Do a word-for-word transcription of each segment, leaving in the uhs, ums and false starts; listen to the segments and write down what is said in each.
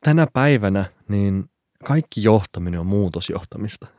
tänä päivänä niin kaikki johtaminen on muutosjohtamista.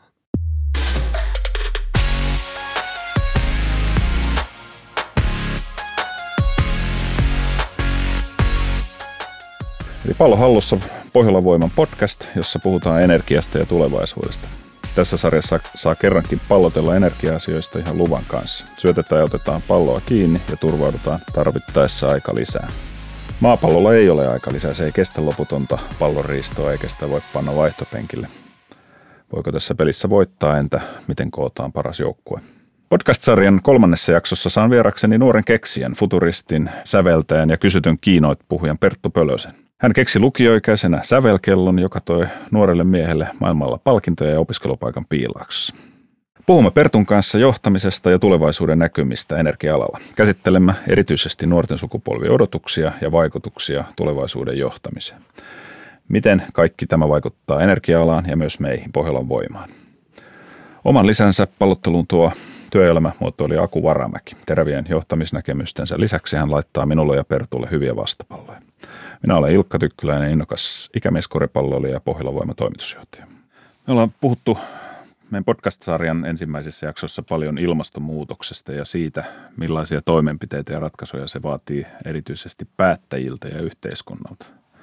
Eli Pallon hallussa Pohjolan Voiman podcast, jossa puhutaan energiasta ja tulevaisuudesta. Tässä sarjassa saa kerrankin pallotella energia-asioista ihan luvan kanssa. Syötetään ja otetaan palloa kiinni ja turvaudutaan tarvittaessa aika lisää. Maapallolla ei ole aika lisää, se ei kestä loputonta pallonriistoa eikä sitä voi panna vaihtopenkille. Voiko tässä pelissä voittaa, entä miten kootaan paras joukkue? Podcast-sarjan kolmannessa jaksossa saan vierakseni nuoren keksijän, futuristin, säveltäjän ja kysytyn keynote-puhujan Perttu Pölösen. Hän keksi lukioikäisenä sävelkellon, joka toi nuorelle miehelle maailmalla palkintoja ja opiskelupaikan Piilaaksossa. Puhumme Pertun kanssa johtamisesta ja tulevaisuuden näkymistä energia-alalla. Käsittelemme erityisesti nuorten sukupolvien odotuksia ja vaikutuksia tulevaisuuden johtamiseen. Miten kaikki tämä vaikuttaa energia-alaan ja myös meihin Pohjolan Voimaan. Oman lisänsä pallotteluun tuo työelämämuotoilija Aku Varamäki. Terävien johtamisnäkemystensä lisäksi hän laittaa minulle ja Pertulle hyviä vastapalloja. Minä olen Ilkka Tykkyläinen, innokas ikämieskoripalloilija ja Pohjolan Voiman toimitusjohtaja. Me ollaan puhuttu meidän podcast-sarjan ensimmäisessä jaksossa paljon ilmastonmuutoksesta ja siitä, millaisia toimenpiteitä ja ratkaisuja se vaatii erityisesti päättäjiltä ja yhteiskunnalta.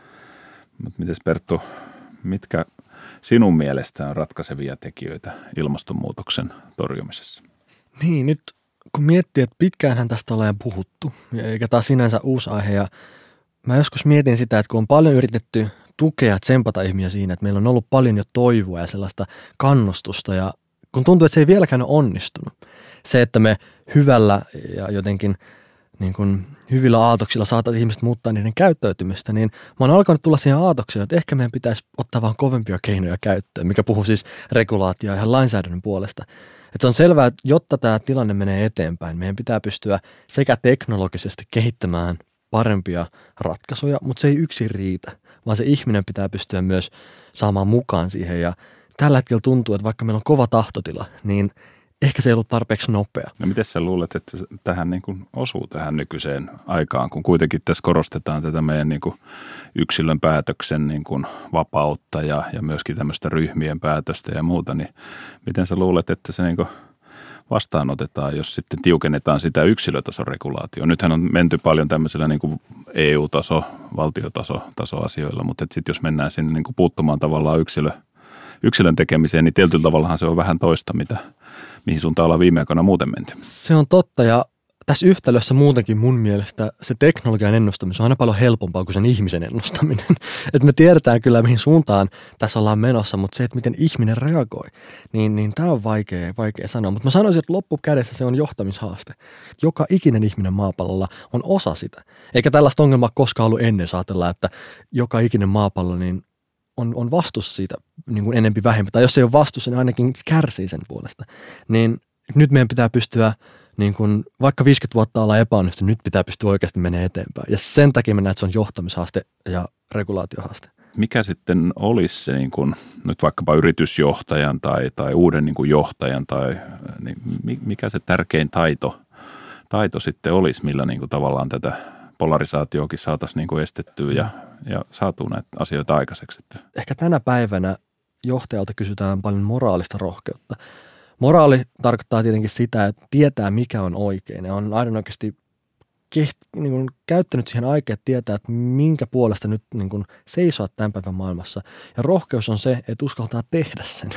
Mutta mites Perttu, mitkä sinun mielestä on ratkaisevia tekijöitä ilmastonmuutoksen torjumisessa? Niin, nyt kun miettii, että pitkäänhän tästä ollaan puhuttu, eikä tämä sinänsä uusi aihe, ja mä joskus mietin sitä, että kun on paljon yritetty tukea, tsempata ihmisiä siinä, että meillä on ollut paljon jo toivoa ja sellaista kannustusta, ja kun tuntuu, että se ei vieläkään ole onnistunut. Se, että me hyvällä ja jotenkin niin kuin hyvillä aatoksilla saataisiin ihmiset muuttaa niiden käyttäytymistä, niin mä oon alkanut tulla siihen aatokseen, että ehkä meidän pitäisi ottaa vaan kovempia keinoja käyttöön, mikä puhuu siis regulaatioa ihan lainsäädännön puolesta. Että se on selvää, että jotta tämä tilanne menee eteenpäin, meidän pitää pystyä sekä teknologisesti kehittämään parempia ratkaisuja, mutta se ei yksin riitä, vaan se ihminen pitää pystyä myös saamaan mukaan siihen. Ja tällä hetkellä tuntuu, että vaikka meillä on kova tahtotila, niin ehkä se ei ollut tarpeeksi nopea. No miten sä luulet, että tähän niin kuin osuu tähän nykyiseen aikaan, kun kuitenkin tässä korostetaan tätä meidän niin kuin yksilön päätöksen niin kuin vapautta ja, ja myöskin tämmöistä ryhmien päätöstä ja muuta, niin miten sä luulet, että se niin kuin vastaanotetaan, jos sitten tiukennetaan sitä yksilötason regulaatioa? Nythän on menty paljon tämmöisellä niin kuin E U-taso, valtiotaso taso asioilla, mutta sitten jos mennään sinne niin kuin puuttumaan tavallaan yksilö, yksilön tekemiseen, niin tietyllä tavallahan se on vähän toista, mitä, mihin suuntaan ollaan viime aikoina muuten menty. Se on totta, ja tässä yhtälössä muutenkin mun mielestä se teknologian ennustaminen on aina paljon helpompaa kuin sen ihmisen ennustaminen. Että me tiedetään kyllä, mihin suuntaan tässä ollaan menossa, mutta se, että miten ihminen reagoi, niin, niin tämä on vaikea, vaikea sanoa. Mutta mä sanoisin, että loppukädessä se on johtamishaaste. Joka ikinen ihminen maapallolla on osa sitä. Eikä tällaista ongelmaa koskaan ollut ennen, saatella, että joka ikinen maapallo niin on, on vastuussa siitä niin kuin enempi vähempi. Tai jos ei ole vastuussa, niin ainakin kärsii sen puolesta. Niin nyt meidän pitää pystyä niin kun vaikka viisikymmentä vuotta ollaan epäonnistunut, nyt pitää pystyä oikeasti menemään eteenpäin. Ja sen takia mä näen, että se on johtamishaaste ja regulaatiohaaste. Mikä sitten olisi se niin kun, nyt vaikkapa yritysjohtajan tai, tai uuden niin kun johtajan, tai niin mikä se tärkein taito, taito sitten olisi, millä niin kun tavallaan tätä polarisaatioakin saataisiin niin kun estettyä ja, ja saatu näitä asioita aikaiseksi? Ehkä tänä päivänä johtajalta kysytään paljon moraalista rohkeutta. Moraali tarkoittaa tietenkin sitä, että tietää mikä on oikein ja on aina oikeasti keht- niin kuin käyttänyt siihen aikaa, että tietää, että minkä puolesta nyt niin kuin seisoa tämän päivän maailmassa. Ja rohkeus on se, että uskaltaa tehdä sen.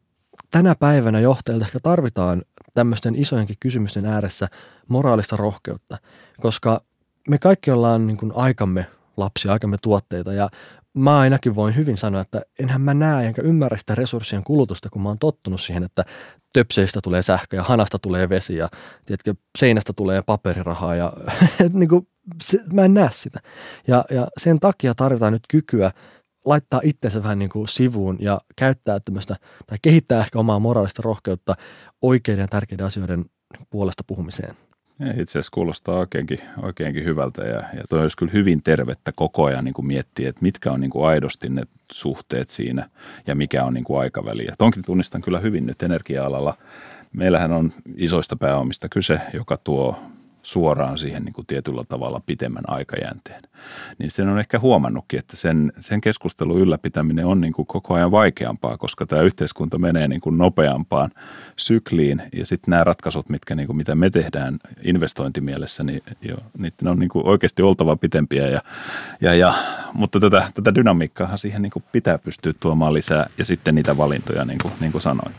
Tänä päivänä johtajilta ehkä tarvitaan tämmöisten isojenkin kysymysten ääressä moraalista rohkeutta, koska me kaikki ollaan niin kuin aikamme lapsia, aikamme tuotteita, ja mä ainakin voin hyvin sanoa, että enhän mä näe enkä ymmärrä sitä resurssien kulutusta, kun mä oon tottunut siihen, että töpseistä tulee sähkö ja hanasta tulee vesi ja tiedätkö, seinästä tulee paperirahaa ja niin kuin, se, mä en näe sitä. Ja, ja sen takia tarvitaan nyt kykyä laittaa itsensä vähän niin kuin sivuun ja käyttää tämmöistä tai kehittää ehkä omaa moraalista rohkeutta oikeiden ja tärkeiden asioiden puolesta puhumiseen. Itse asiassa kuulostaa oikeinkin, oikeinkin hyvältä ja, ja toi olisi kyllä hyvin tervettä koko ajan niin kuin miettiä, että mitkä on niin kuin aidosti ne suhteet siinä ja mikä on niin kuin aikaväli. Ja tonkin tunnistan kyllä hyvin nyt energia-alalla. Meillähän on isoista pääomista kyse, joka tuo suoraan siihen niin kuin tietyllä tavalla pitemmän aikajänteen. Niin sen on ehkä huomannutkin, että sen, sen keskustelun ylläpitäminen on niin kuin koko ajan vaikeampaa, koska tämä yhteiskunta menee niin kuin nopeampaan sykliin ja sitten nämä ratkaisut, mitkä, niin kuin, mitä me tehdään investointimielessä, niin jo, niiden on niin kuin oikeasti oltava pitempiä. Ja, ja, ja, mutta tätä, tätä dynamiikkaahan siihen niin kuin pitää pystyä tuomaan lisää ja sitten niitä valintoja, niin kuin, niin kuin sanoit.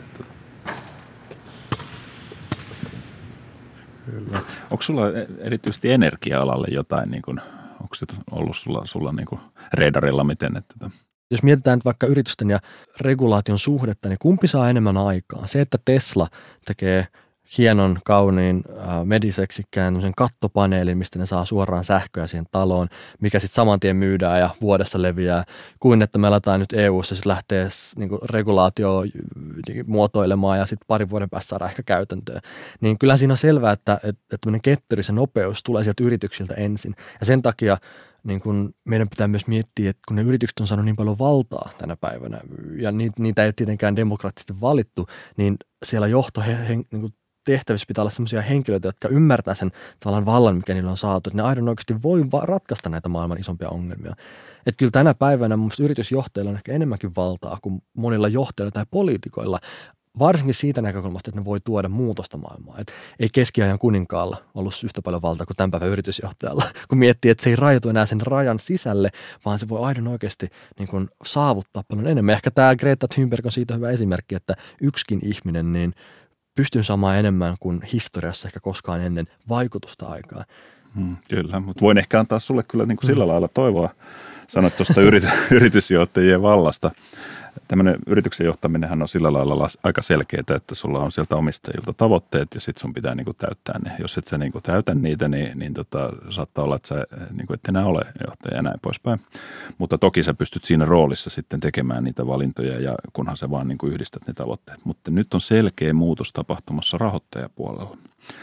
Kyllä. Onko sulla erityisesti energia-alalle jotain, niin kuin, onko se ollut sulla, sulla niin kuin radarilla miten? Että... Jos mietitään nyt vaikka yritysten ja regulaation suhdetta, niin kumpi saa enemmän aikaa? Se, että Tesla tekee hienon, kauniin, äh, mediseksikkään kattopaneelin, mistä ne saa suoraan sähköä siihen taloon, mikä sitten saman tien myydään ja vuodessa leviää, kuin että me aletaan nyt E U:ssa sitten lähteä niin kuin regulaatio muotoilemaan ja sitten parin vuoden päästä saadaan ehkä käytäntöön. Niin kyllä siinä on selvää, että, että tämmöinen ketteryys ja nopeus tulee sieltä yrityksiltä ensin. Ja sen takia niin kun meidän pitää myös miettiä, että kun ne yritykset on saanut niin paljon valtaa tänä päivänä ja niitä, niitä ei tietenkään demokraattisesti valittu, niin siellä johto he, he, niin kuin tehtävissä pitää olla sellaisia henkilöitä, jotka ymmärtää sen tavallaan vallan, mikä niillä on saatu. Että ne aidon oikeasti voi ratkaista näitä maailman isompia ongelmia. Että kyllä tänä päivänä mun mielestä yritysjohtajilla on ehkä enemmänkin valtaa kuin monilla johtajilla tai poliitikoilla. Varsinkin siitä näkökulmasta, että ne voi tuoda muutosta maailmaan. Et ei keskiajan kuninkaalla ollut yhtä paljon valtaa kuin tämän päivän yritysjohtajalla, kun miettii, että se ei rajoitu enää sen rajan sisälle, vaan se voi aidon oikeasti niin kuin saavuttaa paljon enemmän. Ehkä tämä Greta Thunberg on siitä hyvä esimerkki, että yksikin ihminen niin pystyy saamaan enemmän kuin historiassa ehkä koskaan ennen vaikutusta aikaa. Hmm, kyllä, mutta voin ehkä antaa sulle kyllä niin kuin sillä lailla toivoa. Sanoit tuosta yrit, yritysjohtajien vallasta. Tämmöinen yrityksen johtaminenhan on sillä lailla aika selkeää, että sulla on sieltä omistajilta tavoitteet ja sitten sun pitää niinku täyttää ne. Jos et sä niinku täytä niitä, niin, niin tota, saattaa olla, että sä niinku et enää ole johtaja ja näin poispäin. Mutta toki sä pystyt siinä roolissa sitten tekemään niitä valintoja ja kunhan sä vaan niinku yhdistät ne tavoitteet. Mutta nyt on selkeä muutos tapahtumassa rahoittajapuolella.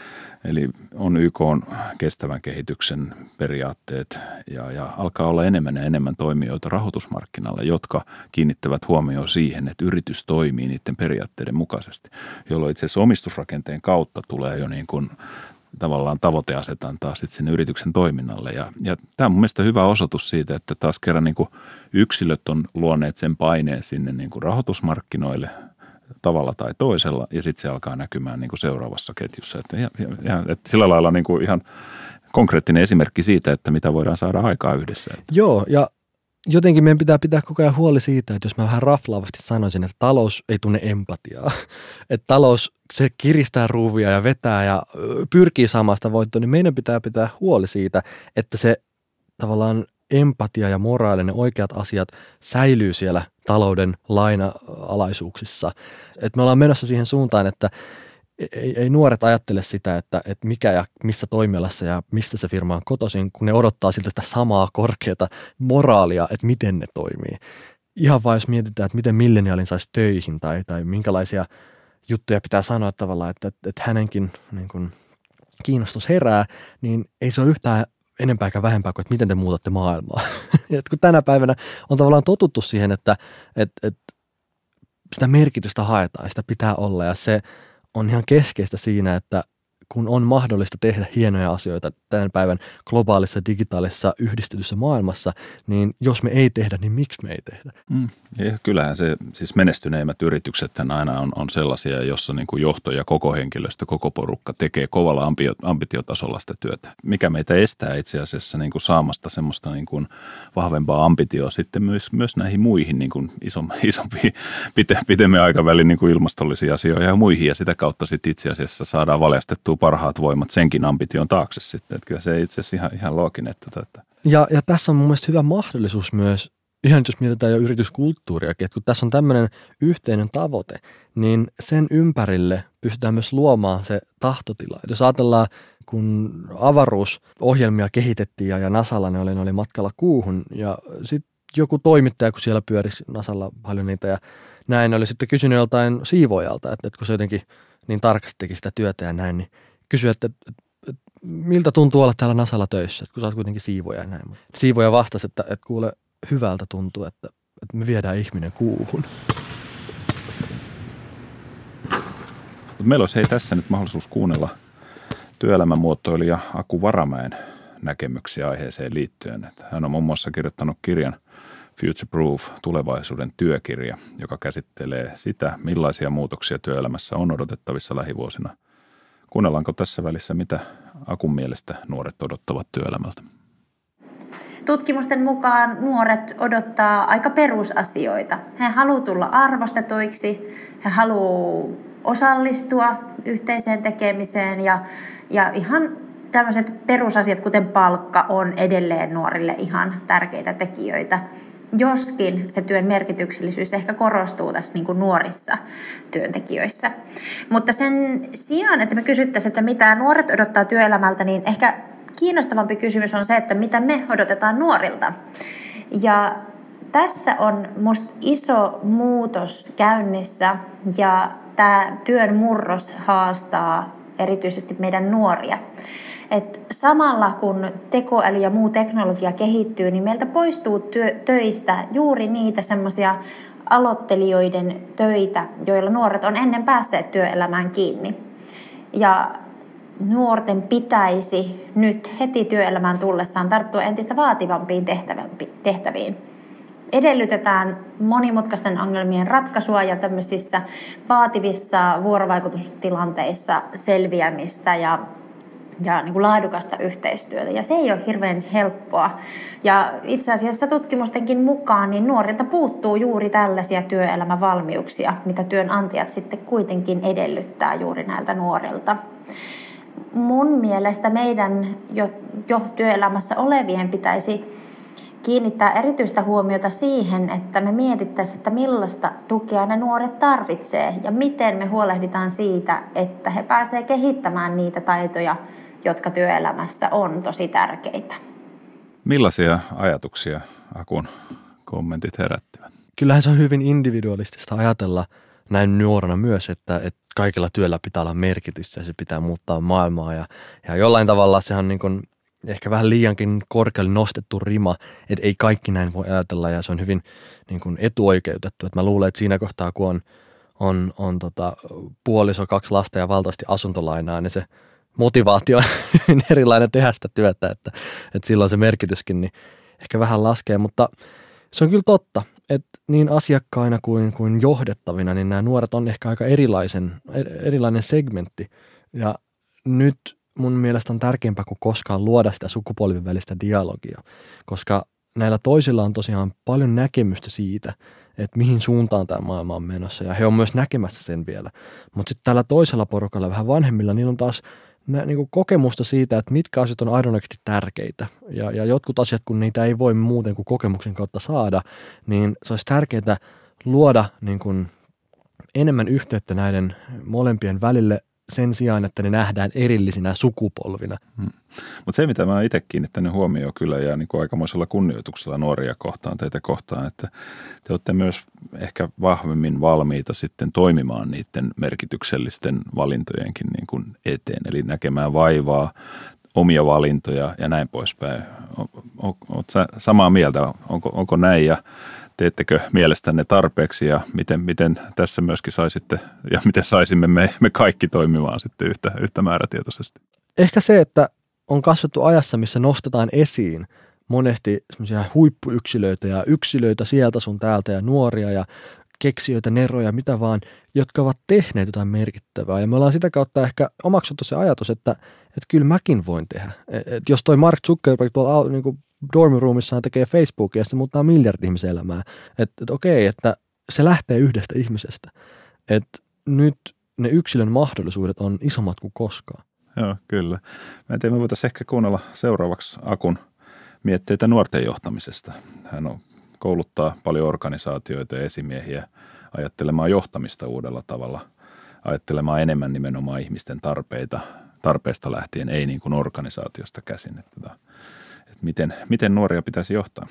Eli on Y K:n kestävän kehityksen periaatteet ja, ja alkaa olla enemmän ja enemmän toimijoita rahoitusmarkkinoilla, jotka kiinnittävät huomioon siihen, että yritys toimii niiden periaatteiden mukaisesti, jolloin itse asiassa omistusrakenteen kautta tulee jo niin kuin tavallaan tavoiteasetantaa sitten sinne yrityksen toiminnalle. Ja, ja tämä on mun mielestä hyvä osoitus siitä, että taas kerran niin kuin yksilöt on luoneet sen paineen sinne niin kuin rahoitusmarkkinoille tavalla tai toisella, ja sitten se alkaa näkymään niin kuin seuraavassa ketjussa. Että, ja, ja, että sillä lailla niin kuin ihan konkreettinen esimerkki siitä, että mitä voidaan saada aikaa yhdessä. Joo, ja jotenkin meidän pitää pitää koko ajan huoli siitä, että jos mä vähän raflaavasti sanoisin, että talous ei tunne empatiaa, että talous se kiristää ruuvia ja vetää ja pyrkii samasta voittoa, niin meidän pitää pitää huoli siitä, että se tavallaan empatia ja moraalinen oikeat asiat säilyy siellä talouden laina-alaisuuksissa. Et me ollaan menossa siihen suuntaan, että ei, ei nuoret ajattele sitä, että, että mikä ja missä toimialassa ja mistä se firma on kotoisin, kun ne odottaa siltä sitä samaa korkeata moraalia, että miten ne toimii. Ihan vaan jos mietitään, että miten milleniaalin saisi töihin tai, tai minkälaisia juttuja pitää sanoa tavallaan, että, että, että hänenkin niin kun kiinnostus herää, niin ei se ole yhtään enempää eikä vähempää kuin, että miten te muutatte maailmaa. Et kun tänä päivänä on tavallaan totuttu siihen, että, että, että sitä merkitystä haetaan, sitä pitää olla ja se on ihan keskeistä siinä, että kun on mahdollista tehdä hienoja asioita tämän päivän globaalissa, digitaalisessa, yhdistetyssä maailmassa, niin jos me ei tehdä, niin miksi me ei tehdä? Mm. Ja kyllähän se, siis menestyneimmät yritykset aina on, on sellaisia, jossa niin kuin johto ja koko henkilöstö, koko porukka tekee kovalla ambio, ambitiotasolla sitä työtä. Mikä meitä estää itse asiassa niin kuin saamasta semmoista niin kuin vahvempaa ambitioa sitten myös, myös näihin muihin niin kuin isompi, isompiin, pite, pitemmän aikavälin niin kuin ilmastollisiin asioihin ja muihin, ja sitä kautta sitten itse asiassa saadaan valjastettua parhaat voimat senkin ambition taakse sitten. Että kyllä se itse asiassa ihan, ihan looginen. Että, että. Ja, ja tässä on mun mielestä hyvä mahdollisuus myös, ihan jos mietitään jo yrityskulttuuriakin, että kun tässä on tämmöinen yhteinen tavoite, niin sen ympärille pystytään myös luomaan se tahtotila. Et jos ajatellaan, kun avaruusohjelmia kehitettiin ja, ja NASAlla ne oli, ne oli matkalla kuuhun ja sitten joku toimittaja, kun siellä pyörisi NASAlla paljon niitä ja näin, oli sitten kysynyt joltain siivoojalta, että, että kun se jotenkin niin tarkasti teki sitä työtä ja näin, niin kysyi, että, että, että miltä tuntuu olla täällä NASAlla töissä, että kun sä oot kuitenkin siivoja ja näin. Siivoja vastasi, että, että kuule, hyvältä tuntuu, että, että me viedään ihminen kuuhun. Meillä olisi hei tässä nyt mahdollisuus kuunnella työelämämuotoilija Aku Varamäen näkemyksiä aiheeseen liittyen. Että hän on muun muassa kirjoittanut kirjan Future Proof, tulevaisuuden työkirja, joka käsittelee sitä, millaisia muutoksia työelämässä on odotettavissa lähivuosina. Kuunnellaanko tässä välissä, mitä Akun mielestä nuoret odottavat työelämältä? Tutkimusten mukaan nuoret odottaa aika perusasioita. He haluavat tulla arvostetuiksi, he haluavat osallistua yhteiseen tekemiseen ja, ja ihan tämmöiset perusasiat, kuten palkka, on edelleen nuorille ihan tärkeitä tekijöitä. Joskin se työn merkityksellisyys ehkä korostuu tässä niin kuin nuorissa työntekijöissä. Mutta sen sijaan, että me kysyttäisiin, että mitä nuoret odottaa työelämältä, niin ehkä kiinnostavampi kysymys on se, että mitä me odotetaan nuorilta. Ja tässä on musta iso muutos käynnissä ja tämä työn murros haastaa erityisesti meidän nuoria. Et samalla kun tekoäly ja muu teknologia kehittyy, niin meiltä poistuu työ, töistä juuri niitä semmoisia aloittelijoiden töitä, joilla nuoret on ennen päässeet työelämään kiinni. Ja nuorten pitäisi nyt heti työelämään tullessaan tarttua entistä vaativampiin tehtäviin. Edellytetään monimutkaisten ongelmien ratkaisua ja tämmöisissä vaativissa vuorovaikutustilanteissa selviämistä ja, ja niin kuin laadukasta yhteistyötä. Ja se ei ole hirveän helppoa. Ja itse asiassa tutkimustenkin mukaan niin nuorilta puuttuu juuri tällaisia työelämävalmiuksia, mitä työnantajat sitten kuitenkin edellyttää juuri näiltä nuorilta. Mun mielestä meidän jo, jo työelämässä olevien pitäisi kiinnittää erityistä huomiota siihen, että me mietittäisiin, että millaista tukea ne nuoret tarvitsee ja miten me huolehditaan siitä, että he pääsevät kehittämään niitä taitoja, jotka työelämässä on tosi tärkeitä. Millaisia ajatuksia Akun kommentit herättivät? Kyllähän se on hyvin individualistista ajatella näin nuorena myös, että, että kaikilla työllä pitää olla merkitystä ja se pitää muuttaa maailmaa. Ja, ja jollain tavalla sehän on niin kuin ehkä vähän liiankin korkealle nostettu rima, että ei kaikki näin voi ajatella ja se on hyvin niin kuin etuoikeutettu. Että mä luulen, että siinä kohtaa, kun on, on, on tota, puoliso, kaksi lasta ja valtavasti asuntolainaa, niin se motivaatio on hyvin erilainen tehdä sitä työtä, että, että silloin se merkityskin niin ehkä vähän laskee, mutta se on kyllä totta, että niin asiakkaina kuin, kuin johdettavina, niin nämä nuoret on ehkä aika erilaisen, erilainen segmentti. Ja nyt mun mielestä on tärkeämpää kuin koskaan luoda sitä sukupolvien välistä dialogia, koska näillä toisilla on tosiaan paljon näkemystä siitä, että mihin suuntaan tämä maailma on menossa, ja he on myös näkemässä sen vielä. Mutta sitten tällä toisella porukalla, vähän vanhemmilla, niillä on taas nä, niinku kokemusta siitä, että mitkä asiat on aidosti tärkeitä. Ja, ja jotkut asiat, kun niitä ei voi muuten kuin kokemuksen kautta saada, niin se olisi tärkeää luoda niin kuin enemmän yhteyttä näiden molempien välille sen sijaan, että ne nähdään erillisinä sukupolvina. Hmm. Mutta se, mitä mä oon itse kiinnittänyt huomioon kyllä ja niin kuin aikamoisella kunnioituksella nuoria kohtaan, teitä kohtaan, että te olette myös ehkä vahvemmin valmiita sitten toimimaan niiden merkityksellisten valintojenkin niin kuin eteen, eli näkemään vaivaa, omia valintoja ja näin poispäin. Oletko sä samaa mieltä? Onko, onko näin ja teettekö mielestänne tarpeeksi ja miten, miten tässä myöskin saisitte ja miten saisimme me, me kaikki toimimaan sitten yhtä, yhtä määrätietoisesti? Ehkä se, että on kasvettu ajassa, missä nostetaan esiin monesti semmoisia huippuyksilöitä ja yksilöitä sieltä sun täältä ja nuoria ja keksijöitä, neroja, mitä vaan, jotka ovat tehneet jotain merkittävää. Ja me ollaan sitä kautta ehkä omaksuttu se ajatus, että, että kyllä mäkin voin tehdä. Et jos toi Mark Zuckerberg tuolla niin kuin dormiroomissaan tekee Facebookia ja se muuttaa miljardi ihmisen elämää. Että et okei, että se lähtee yhdestä ihmisestä. Että nyt ne yksilön mahdollisuudet on isommat kuin koskaan. Joo, kyllä. Mä en tiedä, me voitaisiin ehkä kuunnella seuraavaksi Akun mietteitä nuorten johtamisesta. Hän on, kouluttaa paljon organisaatioita ja esimiehiä ajattelemaan johtamista uudella tavalla, ajattelemaan enemmän nimenomaan ihmisten tarpeita, tarpeesta lähtien, ei niin kuin organisaatiosta käsin. Että, että miten, miten nuoria pitäisi johtaa?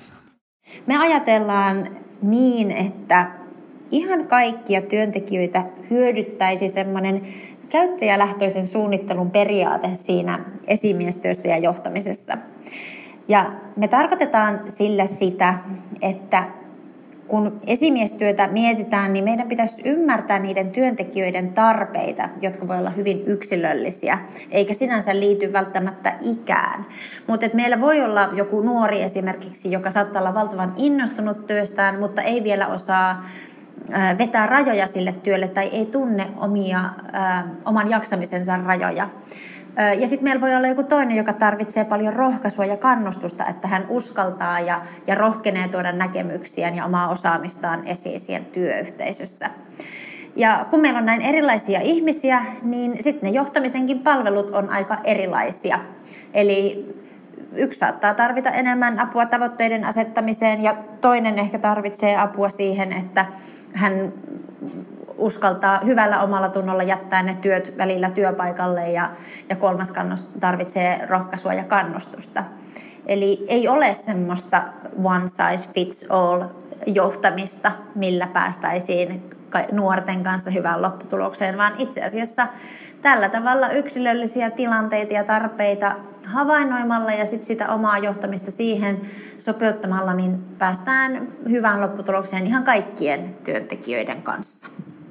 Me ajatellaan niin, että ihan kaikkia työntekijöitä hyödyttäisi semmoinen käyttäjälähtöisen suunnittelun periaate siinä esimiestyössä ja johtamisessa. Ja me tarkoitetaan sillä sitä, että kun esimiestyötä mietitään, niin meidän pitäisi ymmärtää niiden työntekijöiden tarpeita, jotka voi olla hyvin yksilöllisiä, eikä sinänsä liity välttämättä ikään. Mutta meillä voi olla joku nuori esimerkiksi, joka saattaa olla valtavan innostunut työstään, mutta ei vielä osaa vetää rajoja sille työlle tai ei tunne omia, äh, oman jaksamisensa rajoja. Ja sitten meillä voi olla joku toinen, joka tarvitsee paljon rohkaisua ja kannustusta, että hän uskaltaa ja, ja rohkenee tuoda näkemyksiään ja omaa osaamistaan esiin siihen työyhteisössä. Ja kun meillä on näin erilaisia ihmisiä, niin sitten ne johtamisenkin palvelut on aika erilaisia. Eli yksi saattaa tarvita enemmän apua tavoitteiden asettamiseen ja toinen ehkä tarvitsee apua siihen, että hän uskaltaa hyvällä omalla tunnolla jättää ne työt välillä työpaikalle ja, ja kolmas kannos tarvitsee rohkaisua ja kannustusta. Eli ei ole semmoista one size fits all johtamista, millä päästäisiin nuorten kanssa hyvään lopputulokseen, vaan itse asiassa tällä tavalla yksilöllisiä tilanteita ja tarpeita havainnoimalla ja sit sitä omaa johtamista siihen sopeuttamalla, niin päästään hyvään lopputulokseen ihan kaikkien työntekijöiden kanssa.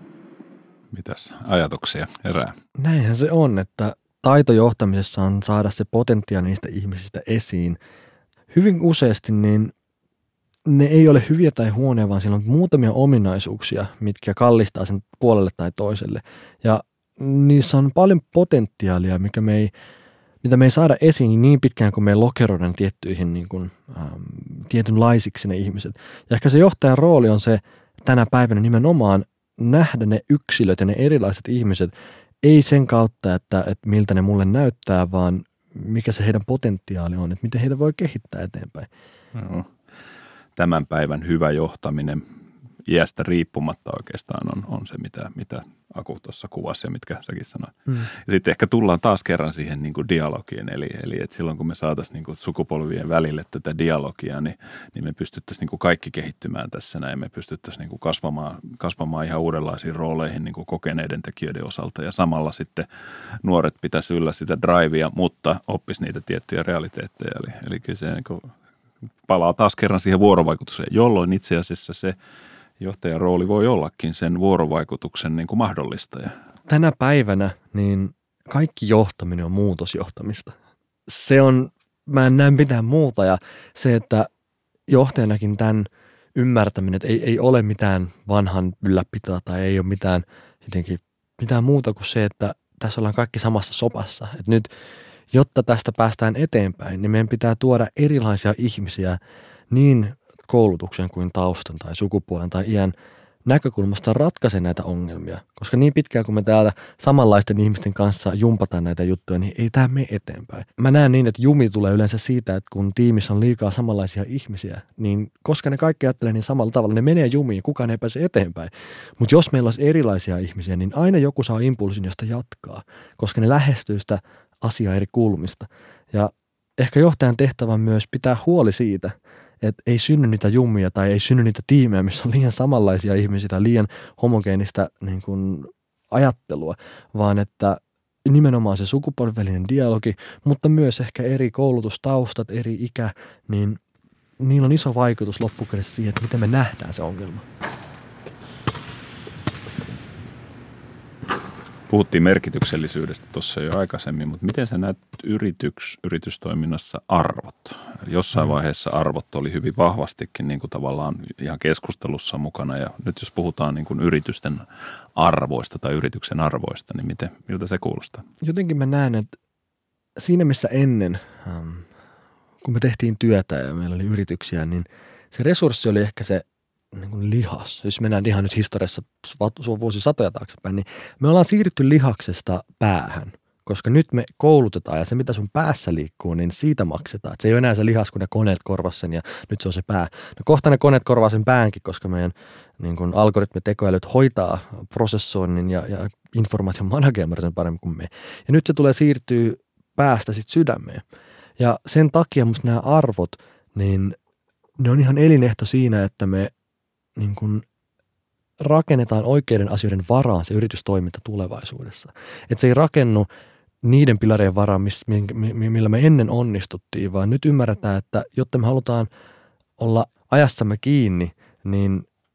Mitäs ajatuksia herää? Näinhän se on, että taitojohtamisessa on saada se potentiaali niistä ihmisistä esiin. Hyvin useasti niin ne ei ole hyviä tai huonoja, vaan siellä on muutamia ominaisuuksia, mitkä kallistaa sen puolelle tai toiselle. Ja niissä on paljon potentiaalia, mikä me ei, mitä me ei saada esiin niin pitkään, kun me lokeroidaan tiettyihin niin kuin, ähm, tietynlaisiksi ne ihmiset. Ja ehkä se johtajan rooli on se tänä päivänä nimenomaan nähdä ne yksilöt ja ne erilaiset ihmiset, ei sen kautta, että, että miltä ne mulle näyttää, vaan mikä se heidän potentiaali on, että miten heitä voi kehittää eteenpäin. No. Tämän päivän hyvä johtaminen iästä riippumatta oikeastaan on, on se, mitä, mitä Aku tuossa kuvasi ja mitkä säkin sanoit. Mm. Ja sitten ehkä tullaan taas kerran siihen niin kuin dialogiin, eli, eli että silloin kun me saataisiin niin kuin sukupolvien välille tätä dialogia, niin, niin me pystyttäisiin niin kuin kaikki kehittymään tässä näin. Me pystyttäisiin niin kuin kasvamaan, kasvamaan ihan uudenlaisiin rooleihin niin kuin kokeneiden tekijöiden osalta ja samalla sitten nuoret pitäisi yllä sitä drivea, mutta oppisi niitä tiettyjä realiteetteja. Eli, eli kyllä se niin kuin palaa taas kerran siihen vuorovaikutukseen, jolloin itse asiassa se johtajan rooli voi ollakin sen vuorovaikutuksen niin kuin mahdollistaja. Tänä päivänä niin kaikki johtaminen on muutosjohtamista. Se on, mä en näe mitään muuta ja se, että johtajanakin tämän ymmärtäminen, että ei, ei ole mitään vanhan ylläpitoa tai ei ole mitään, jotenkin, mitään muuta kuin se, että tässä ollaan kaikki samassa sopassa. Et nyt, jotta tästä päästään eteenpäin, niin meidän pitää tuoda erilaisia ihmisiä niin koulutuksen kuin taustan tai sukupuolen tai iän näkökulmasta ratkaise näitä ongelmia. Koska niin pitkään kun me täällä samanlaisten ihmisten kanssa jumpataan näitä juttuja, niin ei tämä mene eteenpäin. Mä näen niin, että jumi tulee yleensä siitä, että kun tiimissä on liikaa samanlaisia ihmisiä, niin koska ne kaikki ajattelee niin samalla tavalla, ne menee jumiin, kukaan ei pääse eteenpäin. Mutta jos meillä olisi erilaisia ihmisiä, niin aina joku saa impulsin, josta jatkaa, koska ne lähestyy sitä asiaa eri kulmista. Ja ehkä johtajan tehtävä on myös pitää huoli siitä, että ei synny niitä jumia tai ei synny niitä tiimejä, missä on liian samanlaisia ihmisiä tai liian homogeenista niin kuin, ajattelua, vaan että nimenomaan se sukupolven välinen dialogi, mutta myös ehkä eri koulutustaustat, eri ikä, niin niillä on iso vaikutus loppukädessä siihen, että miten me nähdään se ongelma. Puhuttiin merkityksellisyydestä tuossa jo aikaisemmin, mutta miten sä näet yrityks, yritystoiminnassa arvot? Jossain mm. vaiheessa arvot oli hyvin vahvastikin niin kuin tavallaan ihan keskustelussa mukana ja nyt jos puhutaan niin kuin yritysten arvoista tai yrityksen arvoista, niin miten, miltä se kuulostaa? Jotenkin mä näen, että siinä missä ennen, kun me tehtiin työtä ja meillä oli yrityksiä, niin se resurssi oli ehkä se niin kuin lihas. Jos mennään ihan nyt historiassa vuosisatoja taaksepäin, niin me ollaan siirrytty lihaksesta päähän, koska nyt me koulutetaan ja se, mitä sun päässä liikkuu, niin siitä maksetaan. Et se ei ole enää se lihas, kun ne koneet korvas sen ja nyt se on se pää. No kohta ne koneet korvaa sen päänkin, koska meidän niin kuin algoritmitekoälyt hoitaa prosessoinnin ja, ja informaation manageemarisen paremmin kuin me. Ja nyt se tulee siirtyä päästä sitten sydämeen. Ja sen takia musta nämä arvot, niin ne on ihan elinehto siinä, että me niin kuin rakennetaan oikeiden asioiden varaan se yritystoiminta tulevaisuudessa. Että se ei rakennu niiden pilarien varaan, millä me ennen onnistuttiin, vaan nyt ymmärretään, että jotta me halutaan olla ajassamme kiinni, niin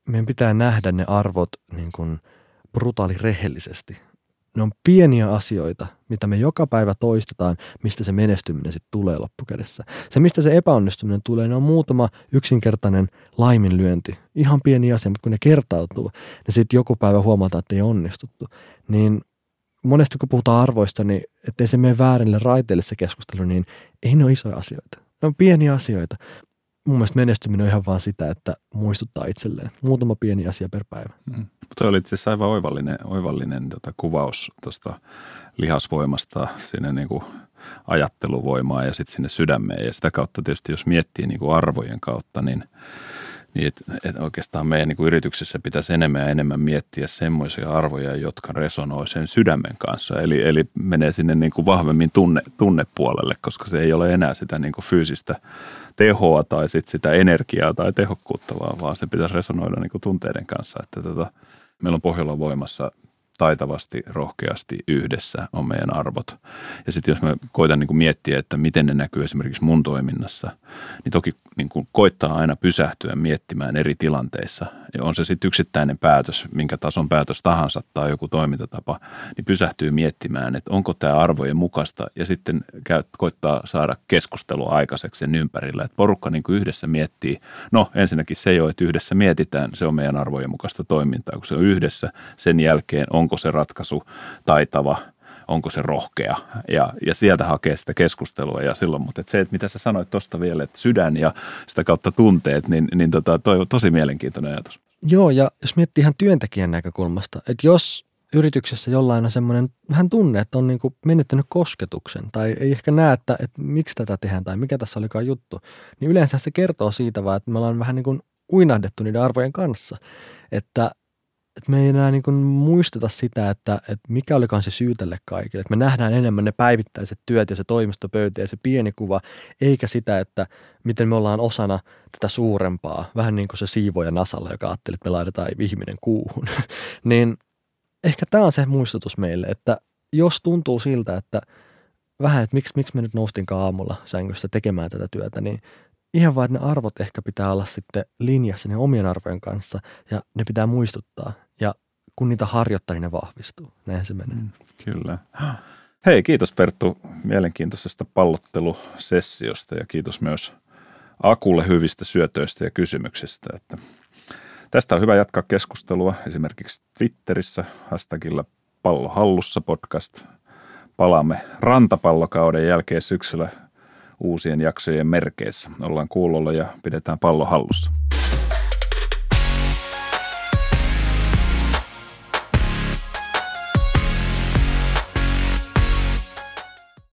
meidän pitää nähdä ne arvot niin kuin brutaali rehellisesti. Ne on pieniä asioita, mitä me joka päivä toistetaan, mistä se menestyminen sitten tulee loppukädessä. Se, mistä se epäonnistuminen tulee, ne on muutama yksinkertainen laiminlyönti. Ihan pieni asia, mutta kun ne kertautuu, niin sitten joku päivä huomataan, että ei onnistuttu. Niin monesti kun puhutaan arvoista, niin ettei se mene väärille raiteille se keskustelu, niin ei ne ole isoja asioita. Ne on pieniä asioita. Mun mielestä menestyminen on ihan vaan sitä, että muistuttaa itselleen. Muutama pieni asia per päivä. Mm. Tuo oli itse asiassa aivan oivallinen, oivallinen tota kuvaus tuosta lihasvoimasta sinne niin kuin ajatteluvoimaa ja sitten sinne sydämeen. Ja sitä kautta tietysti, jos miettii niin kuin arvojen kautta, niin, niin että et oikeastaan meidän niin kuin yrityksessä pitäisi enemmän ja enemmän miettiä semmoisia arvoja, jotka resonoi sen sydämen kanssa. Eli, eli menee sinne niin kuin vahvemmin tunne, tunnepuolelle, koska se ei ole enää sitä niin kuin fyysistä tehoa tai sit sitä energiaa tai tehokkuutta, vaan, vaan se pitäisi resonoida niin kuin tunteiden kanssa. Että tota, meillä on Pohjolan voimassa taitavasti, rohkeasti yhdessä on meidän arvot. Ja sitten jos mä koitan niin kuin miettiä, että miten ne näkyy esimerkiksi mun toiminnassa, niin toki niin kuin koittaa aina pysähtyä miettimään eri tilanteissa. Ja on se sitten yksittäinen päätös, minkä tason päätös tahansa tai joku toimintatapa, niin pysähtyy miettimään, että onko tämä arvojen mukaista ja sitten käy, koittaa saada keskustelua aikaiseksi sen ympärillä. Että porukka niin kuin yhdessä miettii, no ensinnäkin se jo, että yhdessä mietitään, se on meidän arvojen mukaista toimintaa, kun se on yhdessä, sen jälkeen onko se ratkaisu taitava, onko se rohkea ja, ja sieltä hakee sitä keskustelua ja silloin, mutta et se, että mitä sä sanoit tuosta vielä, että sydän ja sitä kautta tunteet, niin, niin tota, toi on tosi mielenkiintoinen ajatus. Joo, ja jos miettii ihan työntekijän näkökulmasta, että jos yrityksessä jollain on semmoinen vähän tunne, että on niin kuin menettänyt kosketuksen tai ei ehkä näe, että, että miksi tätä tehdään tai mikä tässä olikaan juttu, niin yleensä se kertoo siitä vaan, että me ollaan vähän niin kuin uinahdettu niiden arvojen kanssa, että että me ei enää niin kuin muisteta sitä, että, että mikä olikaan se syy tälle kaikille. Että me nähdään enemmän ne päivittäiset työt ja se toimistopöytä ja se pieni kuva, eikä sitä, että miten me ollaan osana tätä suurempaa. Vähän niin kuin se siivoja Nasalla, joka ajatteli, että me laitetaan ihminen kuuhun. Niin ehkä tämä on se muistutus meille, että jos tuntuu siltä, että vähän, että miksi, miksi me nyt noustinkaan aamulla sängystä tekemään tätä työtä, niin ihan vaan, että ne arvot ehkä pitää olla sitten linjassa ne omien arvojen kanssa ja ne pitää muistuttaa. Ja kun niitä harjoittaa, niin ne vahvistuu. Näin se menee. Mm, kyllä. Hei, kiitos Perttu mielenkiintoisesta pallottelusessiosta ja kiitos myös Akulle hyvistä syötöistä ja kysymyksistä. Että tästä on hyvä jatkaa keskustelua esimerkiksi Twitterissä hashtagilla Pallohallussa podcast. Palaamme rantapallokauden jälkeen syksyllä uusien jaksojen merkeissä. Ollaan kuulolla ja pidetään pallo hallussa.